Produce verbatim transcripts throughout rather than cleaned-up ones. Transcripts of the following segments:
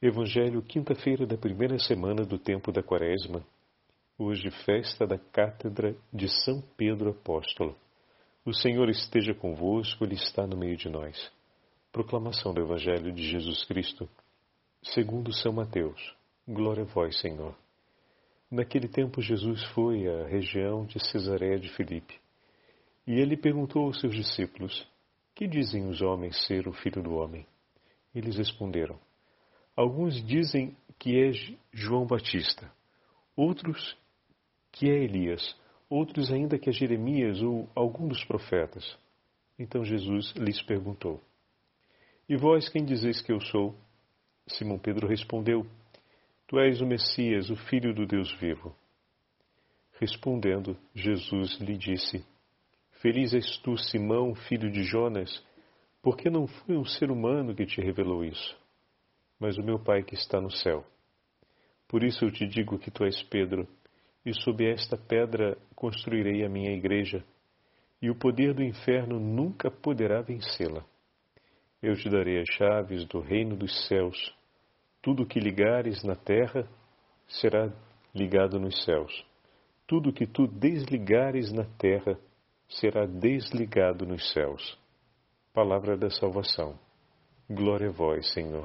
Evangelho, quinta-feira da primeira semana do tempo da Quaresma. Hoje, festa da Cátedra de São Pedro Apóstolo. O Senhor esteja convosco, Ele está no meio de nós. Proclamação do Evangelho de Jesus Cristo, segundo São Mateus. Glória a vós, Senhor. Naquele tempo, Jesus foi à região de Cesareia de Filipe. E ele perguntou aos seus discípulos: Que dizem os homens ser o Filho do Homem? Eles responderam: Alguns dizem que é João Batista, outros que é Elias, outros ainda que é Jeremias ou algum dos profetas. Então Jesus lhes perguntou: E vós quem dizeis que eu sou? Simão Pedro respondeu: Tu és o Messias, o Filho do Deus vivo. Respondendo, Jesus lhe disse: Feliz és tu, Simão, filho de Jonas, porque não foi um ser humano que te revelou isso, mas o meu Pai que está no céu. Por isso eu te digo que tu és Pedro, e sob esta pedra construirei a minha igreja, e o poder do inferno nunca poderá vencê-la. Eu te darei as chaves do reino dos céus. Tudo o que ligares na terra será ligado nos céus. Tudo o que tu desligares na terra será desligado nos céus. Palavra da salvação. Glória a vós, Senhor.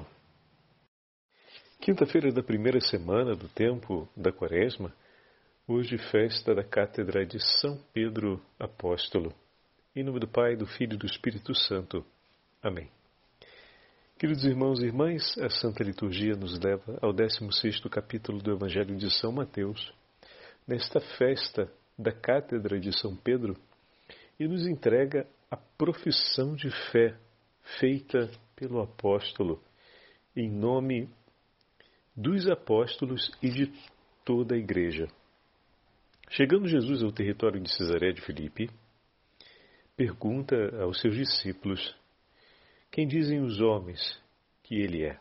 Quinta-feira da primeira semana do tempo da Quaresma, hoje festa da Cátedra de São Pedro Apóstolo. Em nome do Pai, do Filho e do Espírito Santo. Amém. Queridos irmãos e irmãs, a Santa Liturgia nos leva ao décimo sexto capítulo do Evangelho de São Mateus, nesta festa da Cátedra de São Pedro, e nos entrega a profissão de fé feita pelo apóstolo, em nome dos apóstolos e de toda a igreja. Chegando Jesus ao território de Cesareia de Filipe, pergunta aos seus discípulos: Quem dizem os homens que ele é?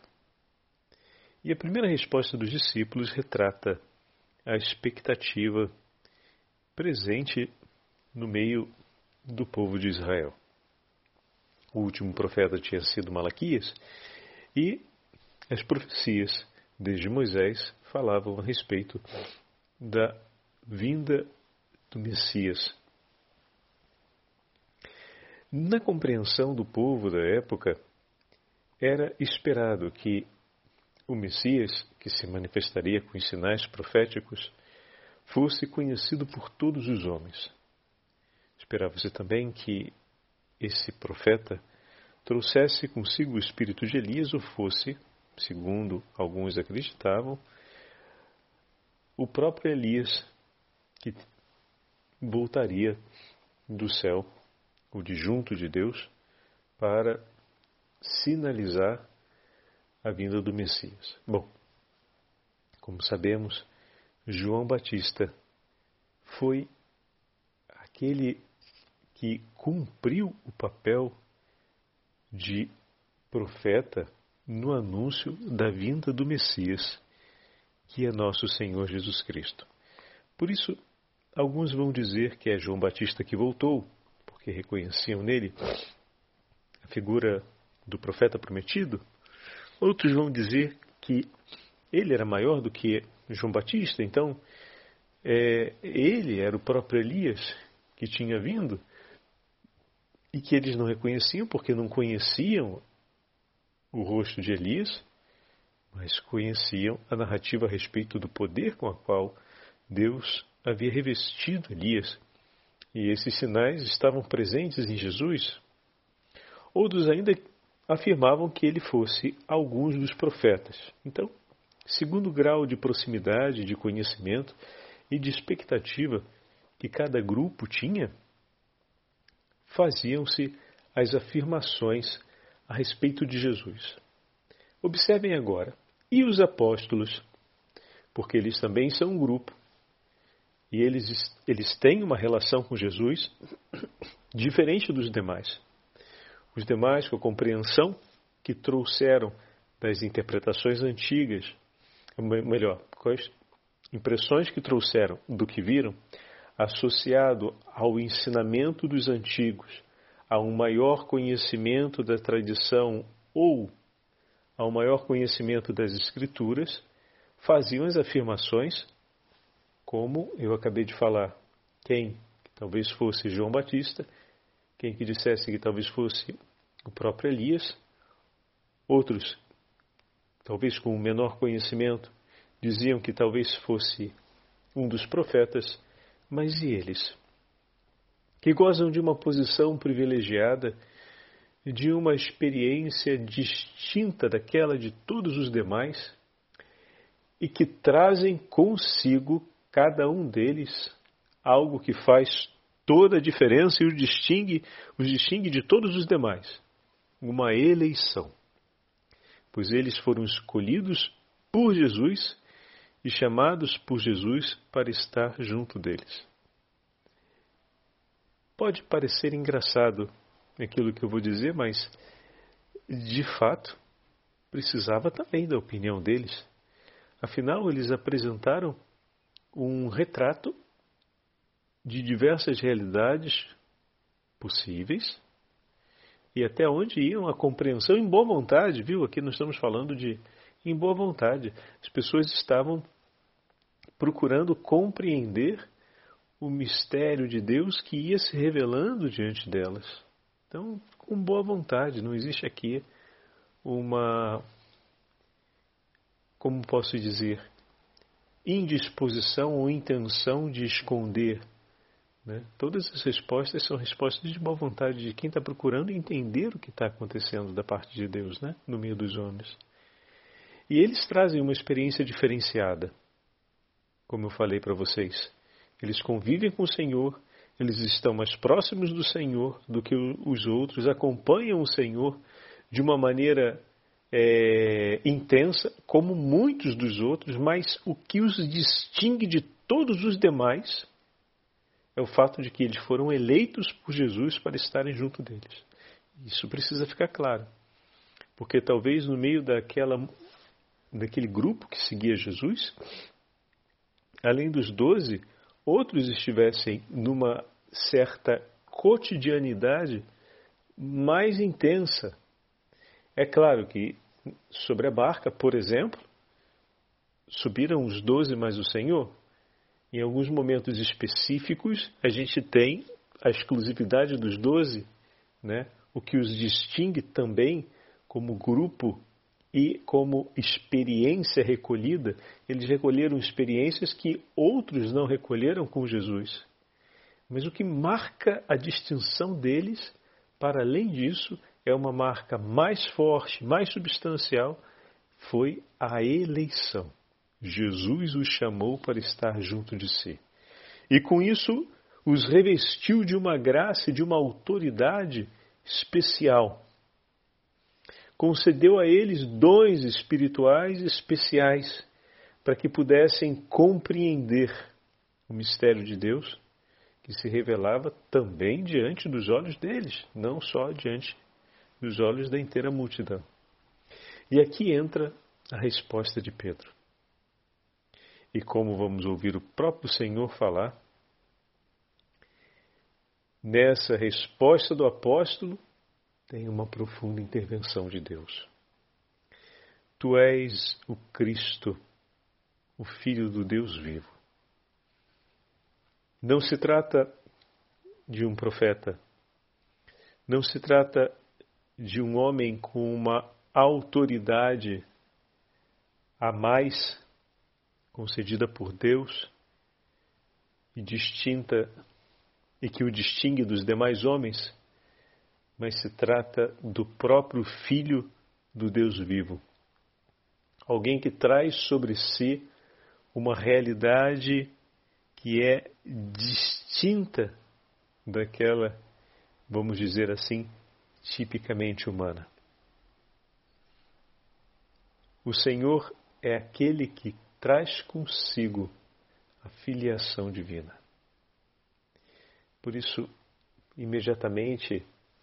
E a primeira resposta dos discípulos retrata a expectativa presente no meio do povo de Israel. O último profeta tinha sido Malaquias, e as profecias, desde Moisés, falavam a respeito da vinda do Messias. Na compreensão do povo da época, era esperado que o Messias, que se manifestaria com os sinais proféticos, fosse conhecido por todos os homens. Esperava-se também que esse profeta trouxesse consigo o espírito de Elias ou fosse, segundo alguns acreditavam, o próprio Elias que voltaria do céu, ou de junto de Deus, para sinalizar a vinda do Messias. Bom, como sabemos, João Batista foi aquele que cumpriu o papel de profeta no anúncio da vinda do Messias, que é nosso Senhor Jesus Cristo. Por isso, alguns vão dizer que é João Batista que voltou, porque reconheciam nele a figura do profeta prometido. Outros vão dizer que ele era maior do que João Batista, então é, ele era o próprio Elias que tinha vindo, e que eles não reconheciam porque não conheciam o rosto de Elias, mas conheciam a narrativa a respeito do poder com a qual Deus havia revestido Elias, e esses sinais estavam presentes em Jesus. Outros ainda afirmavam que ele fosse alguns dos profetas. Então, segundo o grau de proximidade, de conhecimento e de expectativa que cada grupo tinha, faziam-se as afirmações a respeito de Jesus. Observem agora, e os apóstolos, porque eles também são um grupo, e eles, eles têm uma relação com Jesus diferente dos demais. Os demais, com a compreensão que trouxeram das interpretações antigas, melhor, com as impressões que trouxeram do que viram, associado ao ensinamento dos antigos, a um maior conhecimento da tradição ou ao maior conhecimento das Escrituras, faziam as afirmações, como eu acabei de falar. Quem que talvez fosse João Batista, quem que dissesse que talvez fosse o próprio Elias, outros, talvez com um menor conhecimento, diziam que talvez fosse um dos profetas, mas e eles? Que gozam de uma posição privilegiada, de uma experiência distinta daquela de todos os demais, e que trazem consigo, cada um deles, algo que faz toda a diferença e os distingue, os distingue de todos os demais. Uma eleição. Pois eles foram escolhidos por Jesus e chamados por Jesus para estar junto deles. Pode parecer engraçado aquilo que eu vou dizer, mas, de fato, precisava também da opinião deles. Afinal, eles apresentaram um retrato de diversas realidades possíveis e até onde iam a compreensão em boa vontade, viu? Aqui nós estamos falando de em boa vontade. As pessoas estavam procurando compreender o mistério de Deus que ia se revelando diante delas. Então, com boa vontade, não existe aqui uma, como posso dizer, indisposição ou intenção de esconder. Né? Todas as respostas são respostas de boa vontade de quem está procurando entender o que está acontecendo da parte de Deus, né? No meio dos homens. E eles trazem uma experiência diferenciada, como eu falei para vocês. Eles convivem com o Senhor, eles estão mais próximos do Senhor do que os outros, acompanham o Senhor de uma maneira é, intensa, como muitos dos outros, mas o que os distingue de todos os demais é o fato de que eles foram eleitos por Jesus para estarem junto deles. Isso precisa ficar claro, porque talvez no meio daquela, daquele grupo que seguia Jesus, além dos doze, outros estivessem numa certa cotidianidade mais intensa. É claro que sobre a barca, por exemplo, subiram os doze mais o Senhor. Em alguns momentos específicos, a gente tem a exclusividade dos doze, né? O que os distingue também como grupo e como experiência recolhida. Eles recolheram experiências que outros não recolheram com Jesus. Mas o que marca a distinção deles, para além disso, é uma marca mais forte, mais substancial, foi a eleição. Jesus os chamou para estar junto de si. E com isso, os revestiu de uma graça e de uma autoridade especial. Concedeu a eles dons espirituais especiais para que pudessem compreender o mistério de Deus que se revelava também diante dos olhos deles, não só diante dos olhos da inteira multidão. E aqui entra a resposta de Pedro. E como vamos ouvir o próprio Senhor falar, nessa resposta do apóstolo, tem uma profunda intervenção de Deus. Tu és o Cristo, o Filho do Deus vivo. Não se trata de um profeta, não se trata de um homem com uma autoridade a mais concedida por Deus e distinta e que o distingue dos demais homens, mas se trata do próprio Filho do Deus vivo. Alguém que traz sobre si uma realidade que é distinta daquela, vamos dizer assim, tipicamente humana. O Senhor é aquele que traz consigo a filiação divina. Por isso, imediatamente,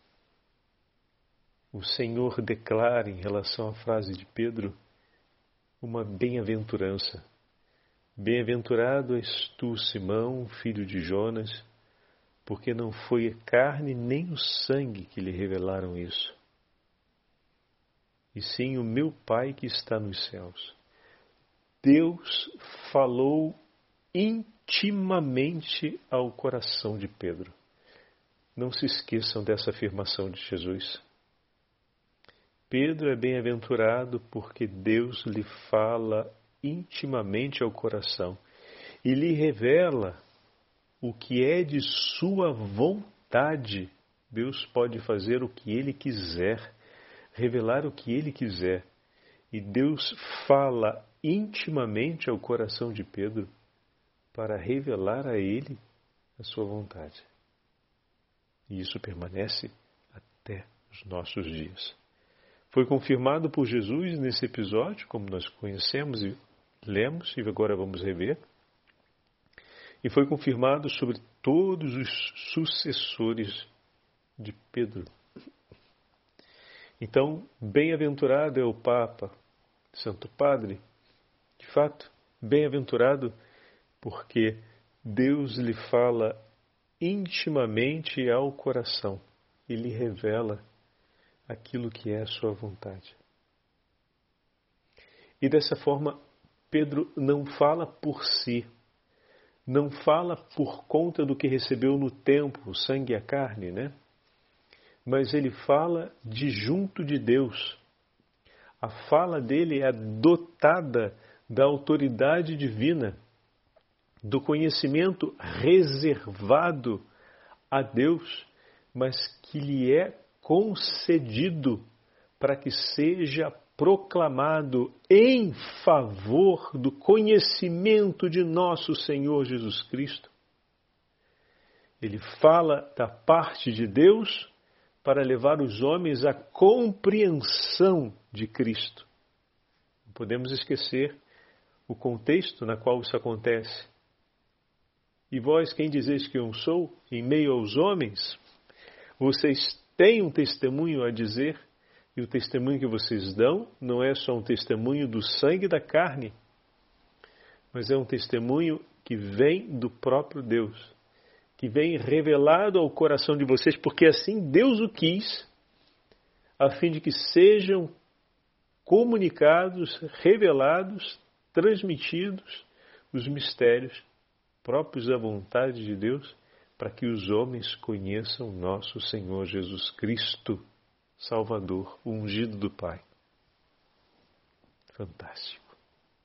o Senhor declara em relação à frase de Pedro uma bem-aventurança. Bem-aventurado és tu, Simão, filho de Jonas, porque não foi a carne nem o sangue que lhe revelaram isso, e sim o meu Pai que está nos céus. Deus falou intimamente ao coração de Pedro. Não se esqueçam dessa afirmação de Jesus. Pedro é bem-aventurado porque Deus lhe fala intimamente ao coração e lhe revela o que é de sua vontade. Deus pode fazer o que Ele quiser, revelar o que Ele quiser. E Deus fala intimamente ao coração de Pedro para revelar a ele a sua vontade. E isso permanece até os nossos dias. Foi confirmado por Jesus nesse episódio, como nós conhecemos e lemos, e agora vamos rever. E foi confirmado sobre todos os sucessores de Pedro. Então, bem-aventurado é o Papa, Santo Padre, de fato, bem-aventurado porque Deus lhe fala intimamente ao coração e lhe revela aquilo que é a sua vontade. E dessa forma, Pedro não fala por si, não fala por conta do que recebeu no tempo, o sangue e a carne, né? Mas ele fala de junto de Deus. A fala dele é dotada da autoridade divina, do conhecimento reservado a Deus, mas que lhe é concedido para que seja proclamado em favor do conhecimento de nosso Senhor Jesus Cristo. Ele fala da parte de Deus para levar os homens à compreensão de Cristo. Não podemos esquecer o contexto na qual isso acontece. E vós, quem dizeis que eu sou, em meio aos homens, vocês têm um testemunho a dizer, e o testemunho que vocês dão não é só um testemunho do sangue e da carne, mas é um testemunho que vem do próprio Deus, que vem revelado ao coração de vocês, porque assim Deus o quis, a fim de que sejam comunicados, revelados, transmitidos os mistérios próprios da vontade de Deus, para que os homens conheçam nosso Senhor Jesus Cristo, Salvador, o ungido do Pai. Fantástico.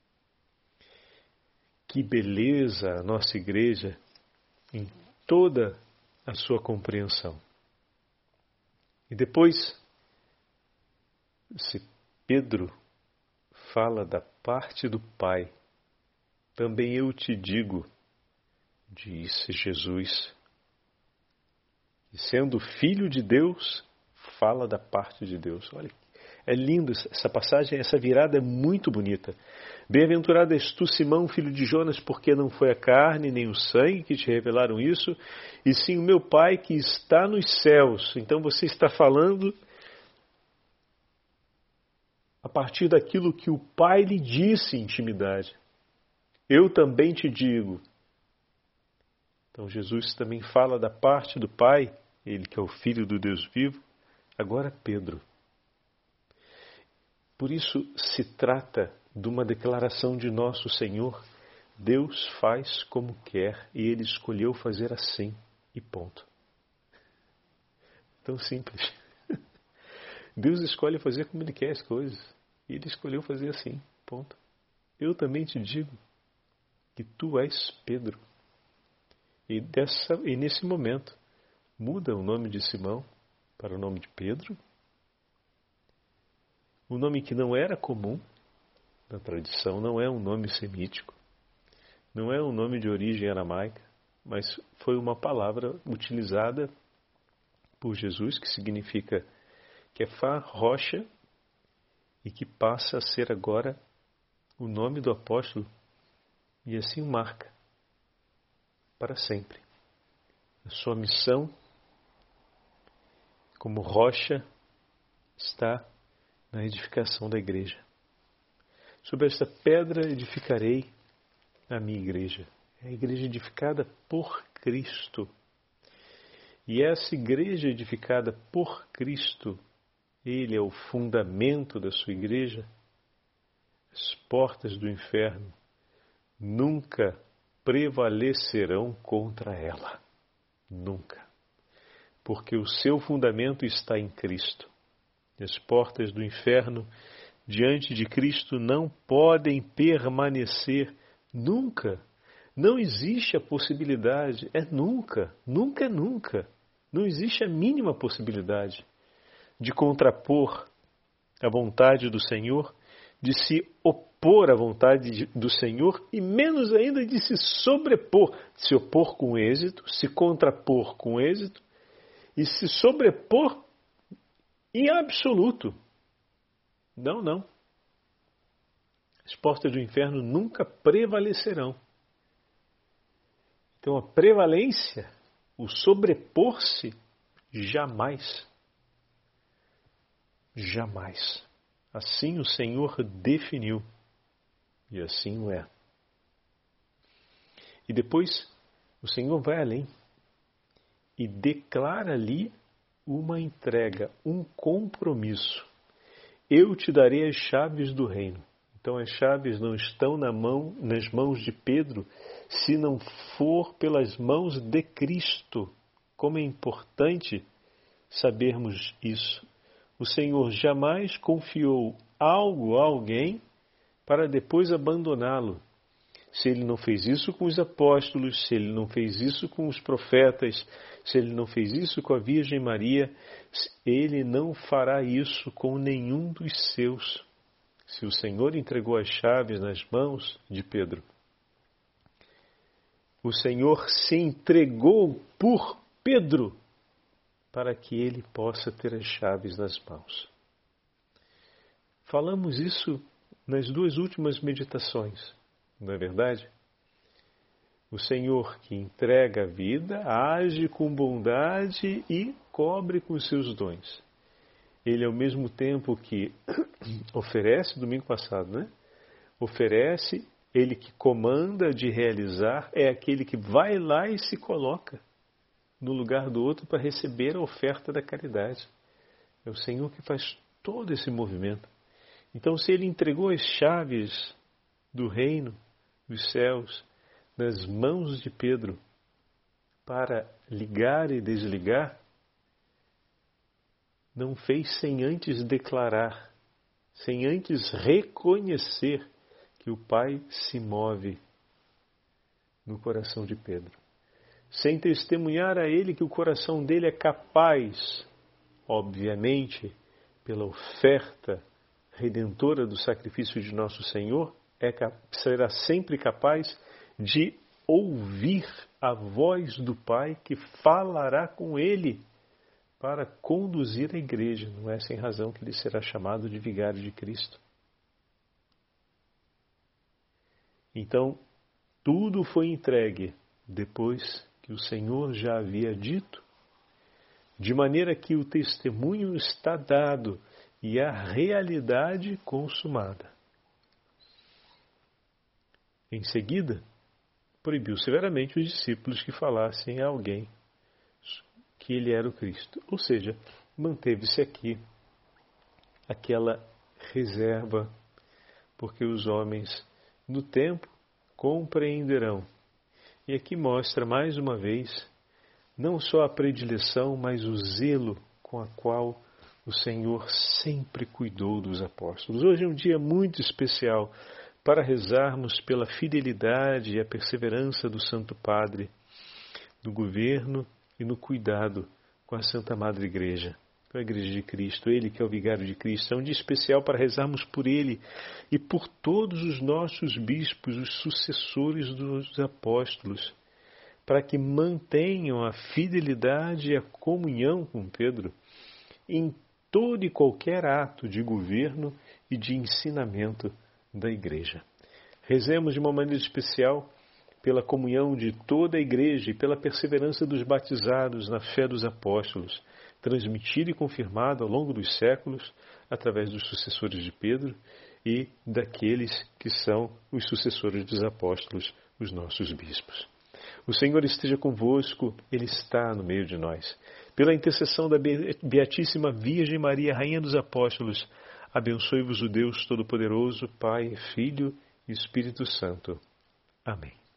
Que beleza a nossa igreja em toda a sua compreensão. E depois, se Pedro fala da parte do Pai, também eu te digo, disse Jesus, e sendo filho de Deus, fala da parte de Deus. Olha, é lindo essa passagem, essa virada é muito bonita. Bem-aventurado és tu, Simão, filho de Jonas, porque não foi a carne nem o sangue que te revelaram isso, e sim o meu Pai que está nos céus. Então você está falando a partir daquilo que o Pai lhe disse em intimidade. Eu também te digo. Então Jesus também fala da parte do Pai, ele que é o Filho do Deus vivo, agora Pedro. Por isso se trata de uma declaração de nosso Senhor. Deus faz como quer e Ele escolheu fazer assim e ponto. Tão simples. Deus escolhe fazer como Ele quer as coisas e Ele escolheu fazer assim, ponto. Eu também te digo que tu és Pedro. E, dessa, e nesse momento muda o nome de Simão para o nome de Pedro. Um nome que não era comum na tradição, não é um nome semítico, não é um nome de origem aramaica, mas foi uma palavra utilizada por Jesus, que significa Kefá, rocha, e que passa a ser agora o nome do apóstolo, e assim o marca para sempre. A sua missão como rocha está na edificação da igreja. Sobre esta pedra edificarei a minha igreja. É a igreja edificada por Cristo. E essa igreja edificada por Cristo Ele é o fundamento da sua igreja, as portas do inferno nunca prevalecerão contra ela. Nunca. Porque o seu fundamento está em Cristo. As portas do inferno diante de Cristo não podem permanecer nunca. Não existe a possibilidade, é nunca, nunca é nunca. Não existe a mínima possibilidade de contrapor a vontade do Senhor, de se opor à vontade do Senhor e menos ainda de se sobrepor, de se opor com êxito, se contrapor com êxito e se sobrepor em absoluto. Não, não. As portas do inferno nunca prevalecerão. Então a prevalência, o sobrepor-se, jamais. Jamais. Assim o Senhor definiu. E assim o é. E depois o Senhor vai além e declara ali uma entrega, um compromisso. Eu te darei as chaves do reino. Então as chaves não estão na mão, nas mãos de Pedro, se não for pelas mãos de Cristo. Como é importante sabermos isso. O Senhor jamais confiou algo a alguém para depois abandoná-lo. Se ele não fez isso com os apóstolos, se ele não fez isso com os profetas, se ele não fez isso com a Virgem Maria, ele não fará isso com nenhum dos seus. Se o Senhor entregou as chaves nas mãos de Pedro, o Senhor se entregou por Pedro para que ele possa ter as chaves nas mãos. Falamos isso nas duas últimas meditações, não é verdade? O Senhor que entrega a vida, age com bondade e cobre com os seus dons. Ele, ao mesmo tempo que oferece, domingo passado, né? Oferece, ele que comanda de realizar, é aquele que vai lá e se coloca no lugar do outro para receber a oferta da caridade. É o Senhor que faz todo esse movimento. Então, se ele entregou as chaves do reino dos céus nas mãos de Pedro para ligar e desligar, não fez sem antes declarar, sem antes reconhecer que o Pai se move no coração de Pedro. Sem testemunhar a ele que o coração dele é capaz, obviamente, pela oferta redentora do sacrifício de nosso Senhor, é, será sempre capaz de ouvir a voz do Pai que falará com ele para conduzir a igreja. Não é sem razão que ele será chamado de vigário de Cristo. Então, tudo foi entregue depois que o Senhor já havia dito, de maneira que o testemunho está dado e a realidade consumada. Em seguida, proibiu severamente os discípulos que falassem a alguém que ele era o Cristo. Ou seja, manteve-se aqui aquela reserva, porque os homens no tempo compreenderão. E aqui mostra mais uma vez não só a predileção, mas o zelo com a qual o Senhor sempre cuidou dos apóstolos. Hoje é um dia muito especial para rezarmos pela fidelidade e a perseverança do Santo Padre no governo e no cuidado com a Santa Madre Igreja, com a Igreja de Cristo, Ele que é o Vigário de Cristo. É um dia especial para rezarmos por Ele e por todos os nossos bispos, os sucessores dos apóstolos, para que mantenham a fidelidade e a comunhão com Pedro em todo e qualquer ato de governo e de ensinamento da Igreja. Rezemos de uma maneira especial pela comunhão de toda a Igreja e pela perseverança dos batizados na fé dos apóstolos, transmitida e confirmada ao longo dos séculos através dos sucessores de Pedro e daqueles que são os sucessores dos apóstolos, os nossos bispos. O Senhor esteja convosco, Ele está no meio de nós. Pela intercessão da Beatíssima Virgem Maria, Rainha dos Apóstolos, abençoe-vos o Deus Todo-Poderoso, Pai, Filho e Espírito Santo. Amém.